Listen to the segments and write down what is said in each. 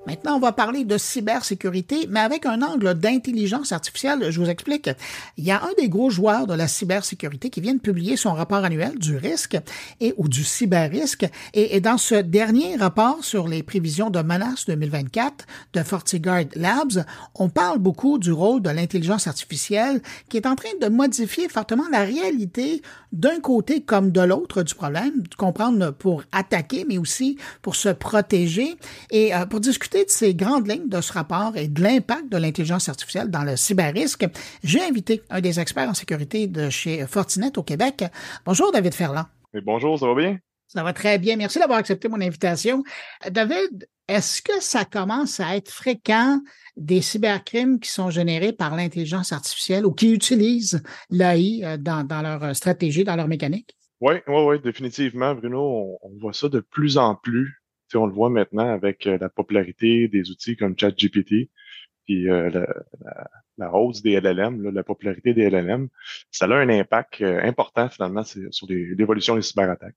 Maintenant, on va parler de cybersécurité, mais avec un angle d'intelligence artificielle. Je vous explique. Il y a un des gros joueurs de la cybersécurité qui vient de publier son rapport annuel du risque ou du cyberrisque. Et dans ce dernier rapport sur les prévisions de menaces 2024 de FortiGuard Labs, on parle beaucoup du rôle de l'intelligence artificielle qui est en train de modifier fortement la réalité d'un côté comme de l'autre du problème, comprendre pour attaquer, mais aussi pour se protéger. Et pour discuter de ces grandes lignes de ce rapport et de l'impact de l'intelligence artificielle dans le cyberrisque, j'ai invité un des experts en sécurité de chez Fortinet au Québec. Bonjour, David Ferland. Et bonjour, ça va bien? Ça va très bien. Merci d'avoir accepté mon invitation. David, est-ce que ça commence à être fréquent des cybercrimes qui sont générés par l'intelligence artificielle ou qui utilisent l'AI dans leur stratégie, dans leur mécanique? Oui, définitivement, Bruno. On voit ça de plus en plus. Tu sais, on le voit maintenant avec la popularité des outils comme ChatGPT, puis la hausse des LLM, là, la popularité des LLM. Ça a un impact important finalement sur l'évolution des cyberattaques.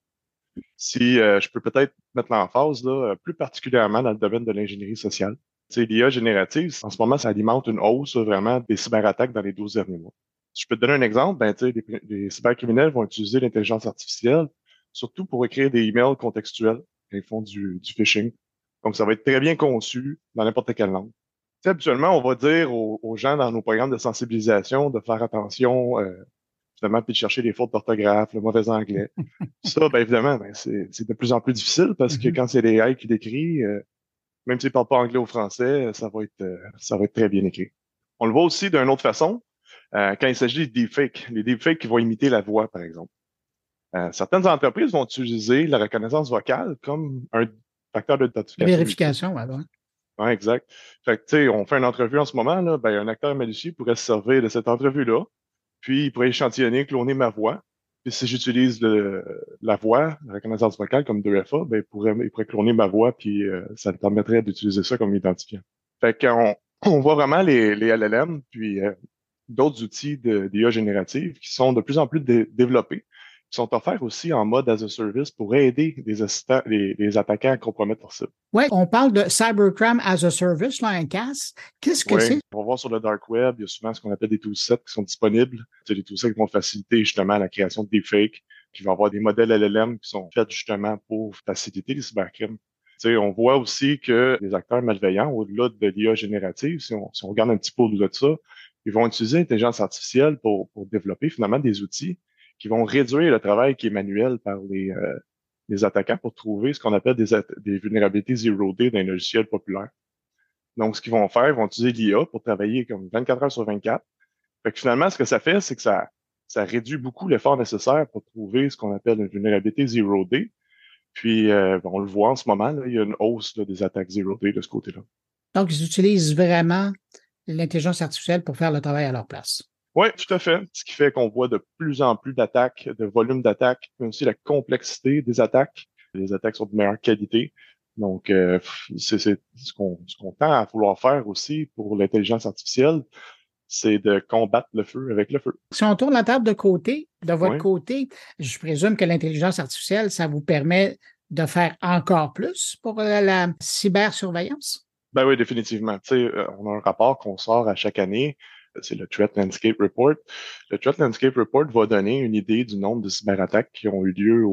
Si je peux peut-être mettre l'emphase, là, plus particulièrement dans le domaine de l'ingénierie sociale. Tu sais, l'IA générative, en ce moment, ça alimente une hausse vraiment des cyberattaques dans les 12 derniers mois. Si je peux te donner un exemple, ben, tu sais, les cybercriminels vont utiliser l'intelligence artificielle, surtout pour écrire des emails contextuels quand ils font du phishing. Donc, ça va être très bien conçu dans n'importe quelle langue. Tu sais, habituellement, on va dire aux gens dans nos programmes de sensibilisation de faire attention, finalement, puis de chercher les fautes d'orthographe, le mauvais anglais. Ça, ben évidemment, ben, c'est de plus en plus difficile parce que quand c'est l'AI qui l'écrit, même s'il ne parle pas anglais ou français, ça va être très bien écrit. On le voit aussi d'une autre façon quand il s'agit des deepfakes. Les deepfakes qui vont imiter la voix, par exemple. Certaines entreprises vont utiliser la reconnaissance vocale comme un facteur d'identification. Vérification, ouais. Ouais, exact. Fait que, tu sais, on fait une entrevue en ce moment, là, ben, un acteur malicieux pourrait se servir de cette entrevue-là, puis il pourrait échantillonner, cloner ma voix. Puis si j'utilise la voix, la reconnaissance vocale comme 2FA, ben, il pourrait cloner ma voix, puis ça me permettrait d'utiliser ça comme identifiant. Fait qu'on on voit vraiment les LLM, puis d'autres outils d'IA générative qui sont de plus en plus développés, qui sont offerts aussi en mode as a service pour aider les attaquants à compromettre leur cible. Oui, on parle de cybercrime as a service, là, un CAS. Qu'est-ce que c'est? On va voir sur le dark web, il y a souvent ce qu'on appelle des toolsets qui sont disponibles. C'est des toolsets qui vont faciliter justement la création de deepfakes, qui vont avoir des modèles LLM qui sont faits justement pour faciliter les cybercrimes. Tu sais, on voit aussi que les acteurs malveillants, au-delà de l'IA générative, si on regarde un petit peu au-delà de ça, ils vont utiliser l'intelligence artificielle pour développer finalement des outils qui vont réduire le travail qui est manuel par les attaquants pour trouver ce qu'on appelle des vulnérabilités zero day d'un logiciel populaire. Donc, ce qu'ils vont faire, ils vont utiliser l'IA pour travailler comme 24 heures sur 24. Fait que finalement, ce que ça fait, c'est que ça réduit beaucoup l'effort nécessaire pour trouver ce qu'on appelle une vulnérabilité zero day. Puis, on le voit en ce moment, là, il y a une hausse là, des attaques zero day de ce côté-là. Donc, ils utilisent vraiment l'intelligence artificielle pour faire le travail à leur place. Oui, tout à fait. Ce qui fait qu'on voit de plus en plus d'attaques, de volume d'attaques, mais aussi la complexité des attaques. Les attaques sont de meilleure qualité. Donc, c'est ce qu'on tend à vouloir faire aussi pour l'intelligence artificielle, c'est de combattre le feu avec le feu. Si on tourne la table de côté, de votre côté, je présume que l'intelligence artificielle, ça vous permet de faire encore plus pour la cybersurveillance? Ben oui, définitivement. Tu sais, on a un rapport qu'on sort à chaque année. C'est le Threat Landscape Report. Le Threat Landscape Report va donner une idée du nombre de cyberattaques qui ont eu lieu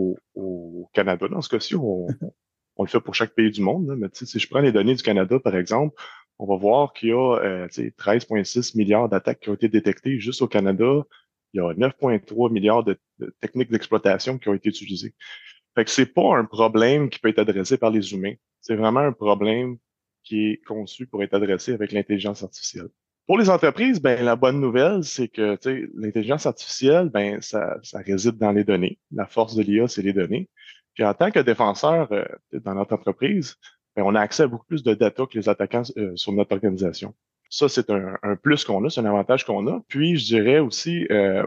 au Canada. Dans ce cas-ci, on le fait pour chaque pays du monde. Là, mais si je prends les données du Canada, par exemple, on va voir qu'il y a 13,6 milliards d'attaques qui ont été détectées juste au Canada. Il y a 9,3 milliards de techniques d'exploitation qui ont été utilisées. Fait que c'est pas un problème qui peut être adressé par les humains. C'est vraiment un problème qui est conçu pour être adressé avec l'intelligence artificielle. Pour les entreprises, ben la bonne nouvelle, c'est que l'intelligence artificielle, ben ça réside dans les données. La force de l'IA, c'est les données. Puis en tant que défenseur dans notre entreprise, ben, on a accès à beaucoup plus de data que les attaquants sur notre organisation. Ça, c'est un plus qu'on a, c'est un avantage qu'on a. Puis, je dirais aussi,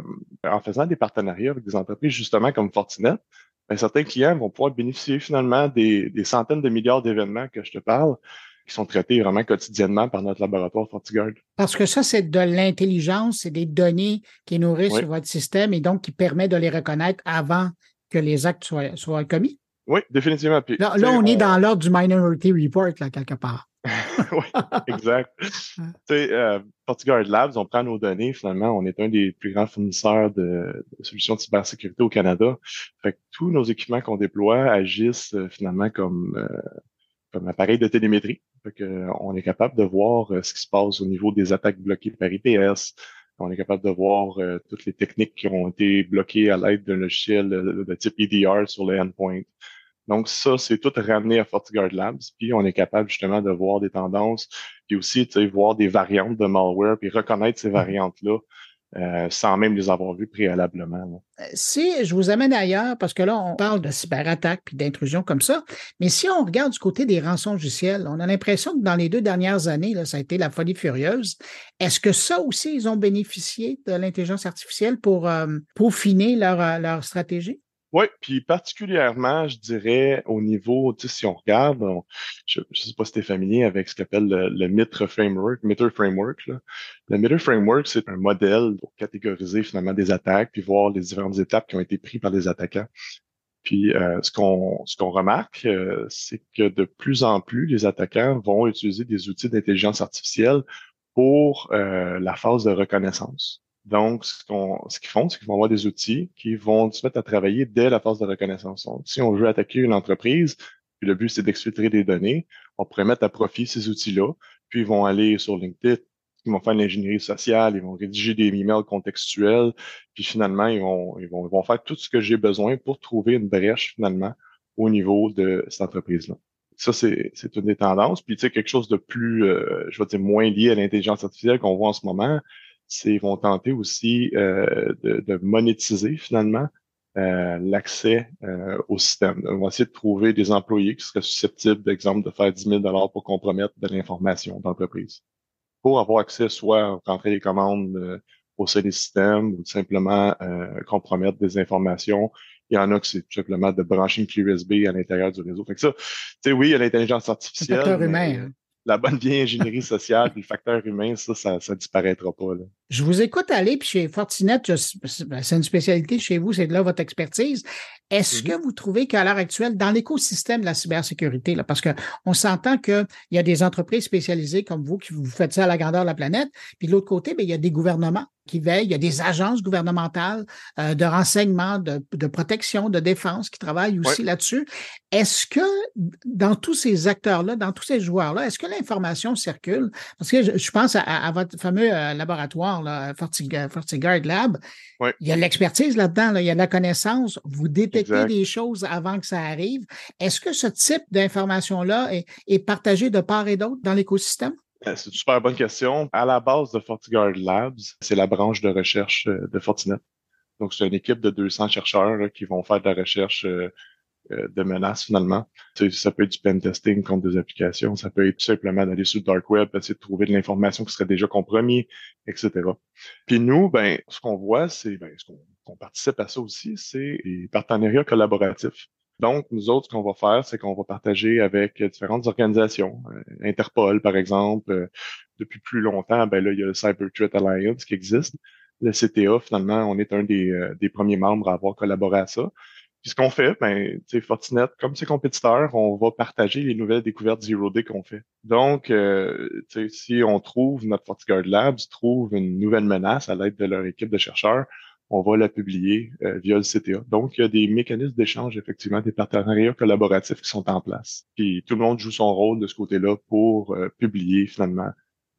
en faisant des partenariats avec des entreprises justement comme Fortinet, ben, certains clients vont pouvoir bénéficier finalement des centaines de milliards d'événements que je te parle, qui sont traités vraiment quotidiennement par notre laboratoire FortiGuard. Parce que ça, c'est de l'intelligence, c'est des données qui nourrissent sur votre système et donc qui permet de les reconnaître avant que les actes soient commis. Oui, définitivement. Puis, là, on est dans l'ordre du Minority Report, là, quelque part. Oui, exact. Tu sais, FortiGuard Labs, on prend nos données, finalement, on est un des plus grands fournisseurs de solutions de cybersécurité au Canada. Fait que tous nos équipements qu'on déploie agissent finalement comme appareil de télémétrie. Fait que, on est capable de voir ce qui se passe au niveau des attaques bloquées par IPS. On est capable de voir toutes les techniques qui ont été bloquées à l'aide d'un logiciel de type EDR sur le endpoint. Donc ça, c'est tout ramené à FortiGuard Labs, puis on est capable justement de voir des tendances, puis aussi, tu sais, voir des variantes de malware, puis reconnaître ces variantes-là sans même les avoir vues préalablement, là. Si je vous amène ailleurs, parce que là, on parle de cyberattaque puis d'intrusion comme ça, mais si on regarde du côté des rançons logicielles, on a l'impression que dans les 2 dernières années, là, ça a été la folie furieuse. Est-ce que ça aussi, ils ont bénéficié de l'intelligence artificielle pour peaufiner leur stratégie? Oui, puis particulièrement, je dirais, au niveau, tu sais, si on regarde, je ne sais pas si tu es familier avec ce qu'appelle le MITRE Framework, là. Le MITRE Framework, c'est un modèle pour catégoriser finalement des attaques, puis voir les différentes étapes qui ont été prises par les attaquants. Puis ce qu'on remarque, c'est que de plus en plus, les attaquants vont utiliser des outils d'intelligence artificielle pour la phase de reconnaissance. Donc, ce qu'ils font, c'est qu'ils vont avoir des outils qui vont se mettre à travailler dès la phase de reconnaissance. Donc, si on veut attaquer une entreprise, puis le but c'est d'exfiltrer des données, on pourrait mettre à profit ces outils-là, puis ils vont aller sur LinkedIn, ils vont faire de l'ingénierie sociale, ils vont rédiger des emails contextuels, puis finalement, ils vont faire tout ce que j'ai besoin pour trouver une brèche, finalement, au niveau de cette entreprise-là. Ça, c'est une des tendances. Puis, tu sais, quelque chose de plus, je vais dire, moins lié à l'intelligence artificielle qu'on voit en ce moment, c'est ils vont tenter aussi de monétiser, finalement, l'accès au système. On va essayer de trouver des employés qui seraient susceptibles, d'exemple, de faire 10 000 pour compromettre de l'information d'entreprise pour avoir accès, soit rentrer les commandes au sein des systèmes ou tout simplement compromettre des informations. Il y en a que c'est tout simplement de brancher une clé USB à l'intérieur du réseau. Fait que ça, tu sais, oui, il y a l'intelligence Le artificielle, facteur humain, mais hein. la bonne vieille ingénierie sociale puis le facteur humain, ça disparaîtra pas, là. Je vous écoute aller, puis chez Fortinet, c'est une spécialité chez vous, c'est de là votre expertise. Est-ce que Mhm. vous trouvez qu'à l'heure actuelle, dans l'écosystème de la cybersécurité, là, parce qu'on s'entend qu'il y a des entreprises spécialisées comme vous qui vous faites ça à la grandeur de la planète, puis de l'autre côté, bien, il y a des gouvernements qui veillent, il y a des agences gouvernementales de renseignement, de protection, de défense qui travaillent Ouais. aussi là-dessus. Est-ce que dans tous ces acteurs-là, dans tous ces joueurs-là, est-ce que l'information circule? Parce que je pense à votre fameux laboratoire, là, FortiGuard Lab. Ouais, Il y a de l'expertise là-dedans, là, il y a de la connaissance. Vous détectez exact. des choses avant que ça arrive. Est-ce que ce type d'information-là est partagé de part et d'autre dans l'écosystème? C'est une super bonne question. À la base de FortiGuard Labs, c'est la branche de recherche de Fortinet. Donc, c'est une équipe de 200 chercheurs là, qui vont faire de la recherche de menaces finalement. Tu sais, ça peut être du pen testing contre des applications, ça peut être tout simplement d'aller sur le dark web, essayer de trouver de l'information qui serait déjà compromise, etc. Puis nous, ben, ce qu'on voit, c'est qu'on participe à ça aussi, c'est les partenariats collaboratifs. Donc, nous autres, ce qu'on va faire, c'est qu'on va partager avec différentes organisations, Interpol, par exemple. Depuis plus longtemps, ben là, il y a le Cyber Threat Alliance qui existe. Le CTA, finalement, on est un des premiers membres à avoir collaboré à ça. Puis ce qu'on fait, ben, tu sais, Fortinet, comme ses compétiteurs, on va partager les nouvelles découvertes Zero Day qu'on fait. Donc, tu sais, si on trouve, notre FortiGuard Labs trouve une nouvelle menace à l'aide de leur équipe de chercheurs, on va la publier via le CTA. Donc, il y a des mécanismes d'échange, effectivement, des partenariats collaboratifs qui sont en place. Puis tout le monde joue son rôle de ce côté-là pour publier finalement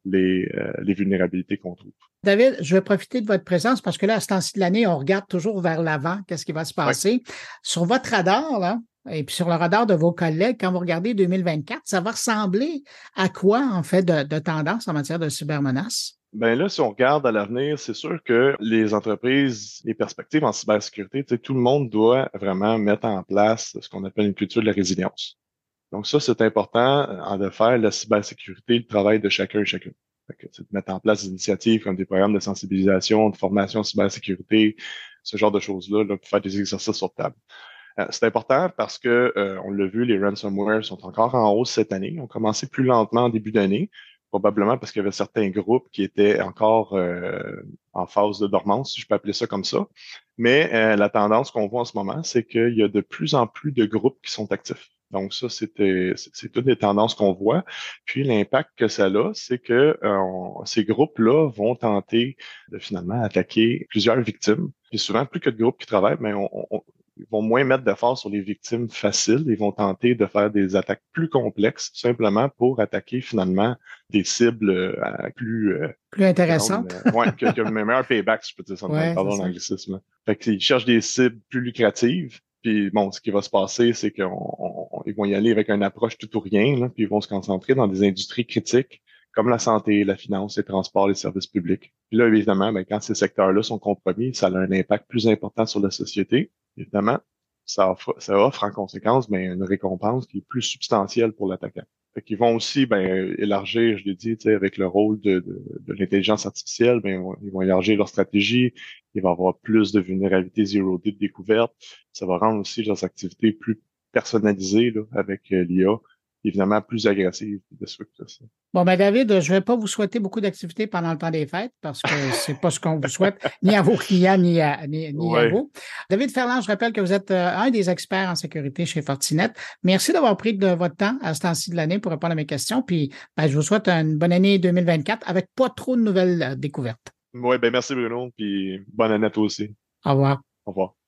les vulnérabilités qu'on trouve. David, je vais profiter de votre présence parce que là, à ce temps-ci de l'année, on regarde toujours vers l'avant, qu'est-ce qui va se Ouais. passer. Sur votre radar, là, et puis sur le radar de vos collègues, quand vous regardez 2024, ça va ressembler à quoi, en fait, de tendance en matière de cybermenaces? Ben là, si on regarde à l'avenir, c'est sûr que les entreprises, les perspectives en cybersécurité, tu sais, tout le monde doit vraiment mettre en place ce qu'on appelle une culture de la résilience. Donc ça, c'est important de faire la cybersécurité, le travail de chacun et chacune. Fait que, c'est de mettre en place des initiatives comme des programmes de sensibilisation, de formation en cybersécurité, ce genre de choses-là, là, pour faire des exercices sur table. C'est important parce que, on l'a vu, les ransomware sont encore en hausse cette année. Ils ont commencé plus lentement en début d'année, probablement parce qu'il y avait certains groupes qui étaient encore en phase de dormance, si je peux appeler ça comme ça. Mais la tendance qu'on voit en ce moment, c'est qu'il y a de plus en plus de groupes qui sont actifs. Donc ça, c'est toutes des tendances qu'on voit. Puis l'impact que ça a, c'est que ces groupes-là vont tenter de finalement attaquer plusieurs victimes. Puis souvent, plus que de groupes qui travaillent, mais ils vont moins mettre d'efforts sur les victimes faciles. Ils vont tenter de faire des attaques plus complexes, tout simplement pour attaquer finalement des cibles plus Plus grande, intéressante. ouais, que le meilleur payback, si je peux dire ça de même, Ouais, c'est pardon ça. l'anglicisme. Fait qu'ils cherchent des cibles plus lucratives. Puis bon, ce qui va se passer, c'est qu'ils vont y aller avec une approche tout ou rien, là, puis ils vont se concentrer dans des industries critiques comme la santé, la finance, les transports, les services publics. Puis là, évidemment, ben, quand ces secteurs-là sont compromis, ça a un impact plus important sur la société. Évidemment, ça offre en conséquence ben, une récompense qui est plus substantielle pour l'attaquant. Fait qu'ils vont aussi ben, élargir, je l'ai dit, tu sais, avec le rôle de l'intelligence artificielle, ben, ils vont élargir leur stratégie, il va y avoir plus de vulnérabilité zero day de découverte, ça va rendre aussi leurs activités plus personnalisées là, avec l'IA, évidemment plus agressives et destructrices. Bon, ben David, je ne vais pas vous souhaiter beaucoup d'activités pendant le temps des fêtes parce que c'est pas ce qu'on vous souhaite, ni à vos clients, ni à Ouais. vous. David Ferland, je rappelle que vous êtes un des experts en sécurité chez Fortinet. Merci d'avoir pris de votre temps à ce temps-ci de l'année pour répondre à mes questions. Puis, ben, je vous souhaite une bonne année 2024 avec pas trop de nouvelles découvertes. Ouais, ben merci Bruno, puis bonne année à toi aussi. Au revoir. Au revoir.